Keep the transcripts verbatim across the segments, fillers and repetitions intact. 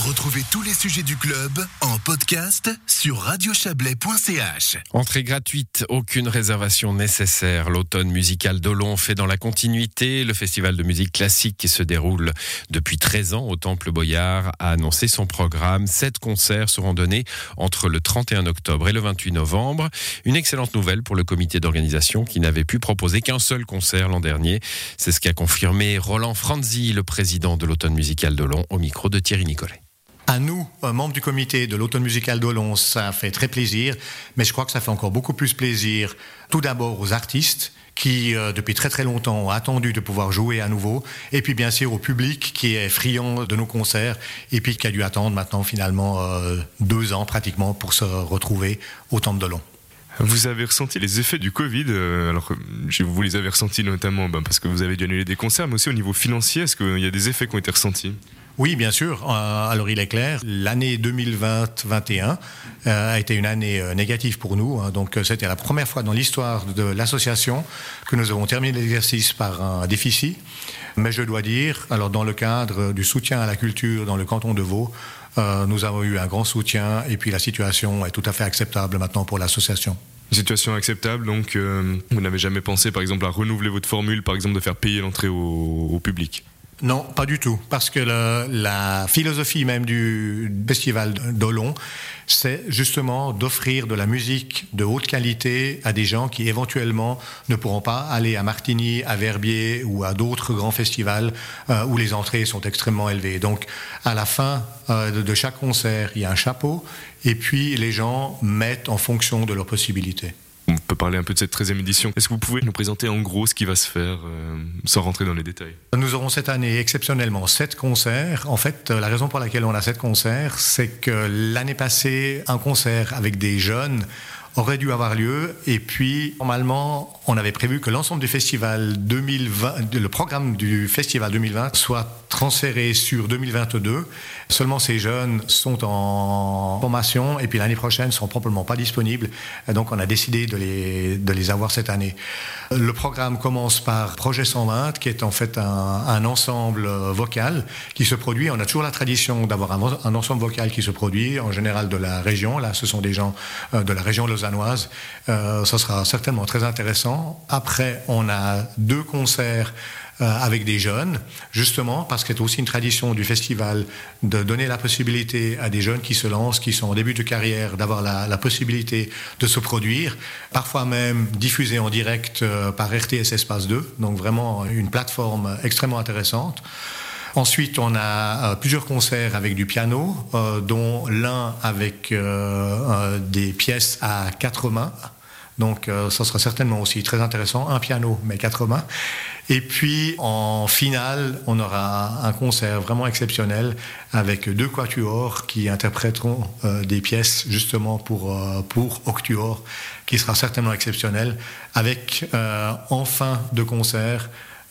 Retrouvez tous les sujets du club en podcast sur radio chablais point c h. Entrée gratuite, aucune réservation nécessaire. L'automne musical d'Olon fait dans la continuité. Le festival de musique classique qui se déroule depuis treize ans au Temple Boyard a annoncé son programme. Sept concerts seront donnés entre le trente et un octobre et le vingt-huit novembre. Une excellente nouvelle pour le comité d'organisation qui n'avait pu proposer qu'un seul concert l'an dernier. C'est ce qu'a confirmé Roland Franzi, le président de l'automne musical d'Olon, au micro de Thierry Nicolet. À nous, membres du comité de l'automne musical d'Olon, ça fait très plaisir, mais je crois que ça fait encore beaucoup plus plaisir, tout d'abord aux artistes qui, euh, depuis très très longtemps, ont attendu de pouvoir jouer à nouveau, et puis bien sûr au public qui est friand de nos concerts, et puis qui a dû attendre maintenant finalement euh, deux ans pratiquement pour se retrouver au Temple d'Olon. Vous avez ressenti les effets du Covid, euh, alors vous les avez ressentis notamment ben, parce que vous avez dû annuler des concerts, mais aussi au niveau financier, est-ce qu'il y a des effets qui ont été ressentis ? Oui, bien sûr. Euh, alors, il est clair, l'année deux mille vingt vingt et un euh, a été une année euh, négative pour nous. Hein, donc, c'était la première fois dans l'histoire de l'association que nous avons terminé l'exercice par un déficit. Mais je dois dire, alors dans le cadre du soutien à la culture dans le canton de Vaud, euh, nous avons eu un grand soutien et puis la situation est tout à fait acceptable maintenant pour l'association. Une situation acceptable, donc euh, vous n'avez jamais pensé, par exemple, à renouveler votre formule, par exemple, de faire payer l'entrée au, au public ? Non, pas du tout, parce que le, la philosophie même du festival d'Olon, c'est justement d'offrir de la musique de haute qualité à des gens qui éventuellement ne pourront pas aller à Martigny, à Verbier ou à d'autres grands festivals euh, où les entrées sont extrêmement élevées. Donc, à la fin euh, de, de chaque concert, il y a un chapeau, et puis les gens mettent en fonction de leurs possibilités. On peut parler un peu de cette treizième édition. Est-ce que vous pouvez nous présenter en gros ce qui va se faire, euh, sans rentrer dans les détails ? Nous aurons cette année exceptionnellement sept concerts. En fait, la raison pour laquelle on a sept concerts, c'est que l'année passée, un concert avec des jeunes aurait dû avoir lieu. Et puis, normalement, on avait prévu que l'ensemble du festival deux mille vingt, le programme du festival deux mille vingt soit transféré sur deux mille vingt-deux. Seulement, ces jeunes sont en formation et puis l'année prochaine ne sont probablement pas disponibles. Donc, on a décidé de les, de les avoir cette année. Le programme commence par Projet cent vingt, qui est en fait un, un ensemble vocal qui se produit. On a toujours la tradition d'avoir un, un ensemble vocal qui se produit, en général de la région. Là, ce sont des gens de la région lausannoise. Euh, ça sera certainement très intéressant. Après, on a deux concerts euh, avec des jeunes, justement, parce que c'est aussi une tradition du festival de donner la possibilité à des jeunes qui se lancent, qui sont en début de carrière, d'avoir la, la possibilité de se produire, parfois même diffusé en direct euh, par R T S Espace deux, donc vraiment une plateforme extrêmement intéressante. Ensuite, on a euh, plusieurs concerts avec du piano, euh, dont l'un avec euh, euh, des pièces à quatre mains. Donc, euh, ça sera certainement aussi très intéressant. Un piano, mais quatre mains. Et puis, en finale, on aura un concert vraiment exceptionnel avec deux quatuors qui interpréteront euh, des pièces justement pour, euh, pour Octuor, qui sera certainement exceptionnel, avec euh, en fin de concert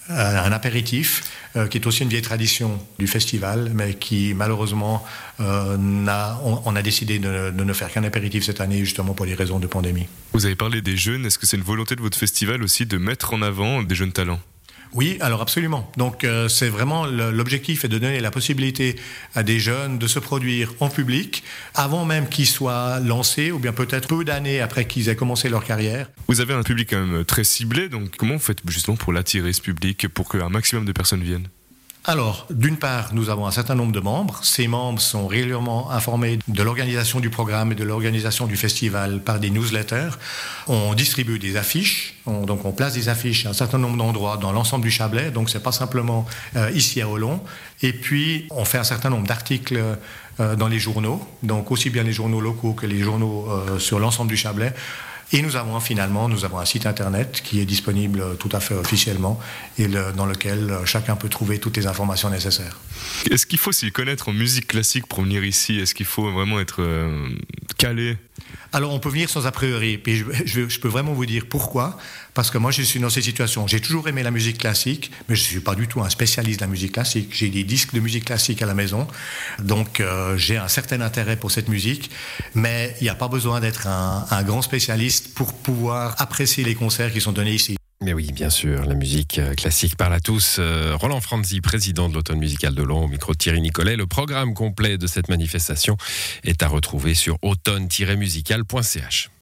un apéritif, euh, qui est aussi une vieille tradition du festival, mais qui malheureusement, euh, n'a, on, on a décidé de, de ne faire qu'un apéritif cette année, justement pour les raisons de pandémie. Vous avez parlé des jeunes, est-ce que c'est une volonté de votre festival aussi de mettre en avant des jeunes talents ? Oui, alors absolument. Donc euh, c'est vraiment le, l'objectif est de donner la possibilité à des jeunes de se produire en public avant même qu'ils soient lancés, ou bien peut-être peu d'années après qu'ils aient commencé leur carrière. Vous avez un public quand même très ciblé, donc comment vous faites justement pour l'attirer, ce public, pour qu'un maximum de personnes viennent ? Alors, d'une part, nous avons un certain nombre de membres. Ces membres sont régulièrement informés de l'organisation du programme et de l'organisation du festival par des newsletters. On distribue des affiches, on, donc on place des affiches à un certain nombre d'endroits dans l'ensemble du Chablais, donc c'est pas simplement euh, ici à Olon. Et puis, on fait un certain nombre d'articles euh, dans les journaux, donc aussi bien les journaux locaux que les journaux euh, sur l'ensemble du Chablais. Et nous avons finalement, nous avons un site internet qui est disponible tout à fait officiellement et le, dans lequel chacun peut trouver toutes les informations nécessaires. Est-ce qu'il faut s'y connaître en musique classique pour venir ici ? Est-ce qu'il faut vraiment être euh, calé ? Alors on peut venir sans a priori, puis je, je, je peux vraiment vous dire pourquoi, parce que moi je suis dans cette situation, j'ai toujours aimé la musique classique, mais je ne suis pas du tout un spécialiste de la musique classique, j'ai des disques de musique classique à la maison, donc euh, j'ai un certain intérêt pour cette musique, mais il n'y a pas besoin d'être un, un grand spécialiste pour pouvoir apprécier les concerts qui sont donnés ici. Mais oui, bien sûr, la musique classique parle à tous. Euh, Roland Franzi, président de l'Automne musical de Laon, au micro de Thierry Nicolet. Le programme complet de cette manifestation est à retrouver sur automne tiret musical point c h.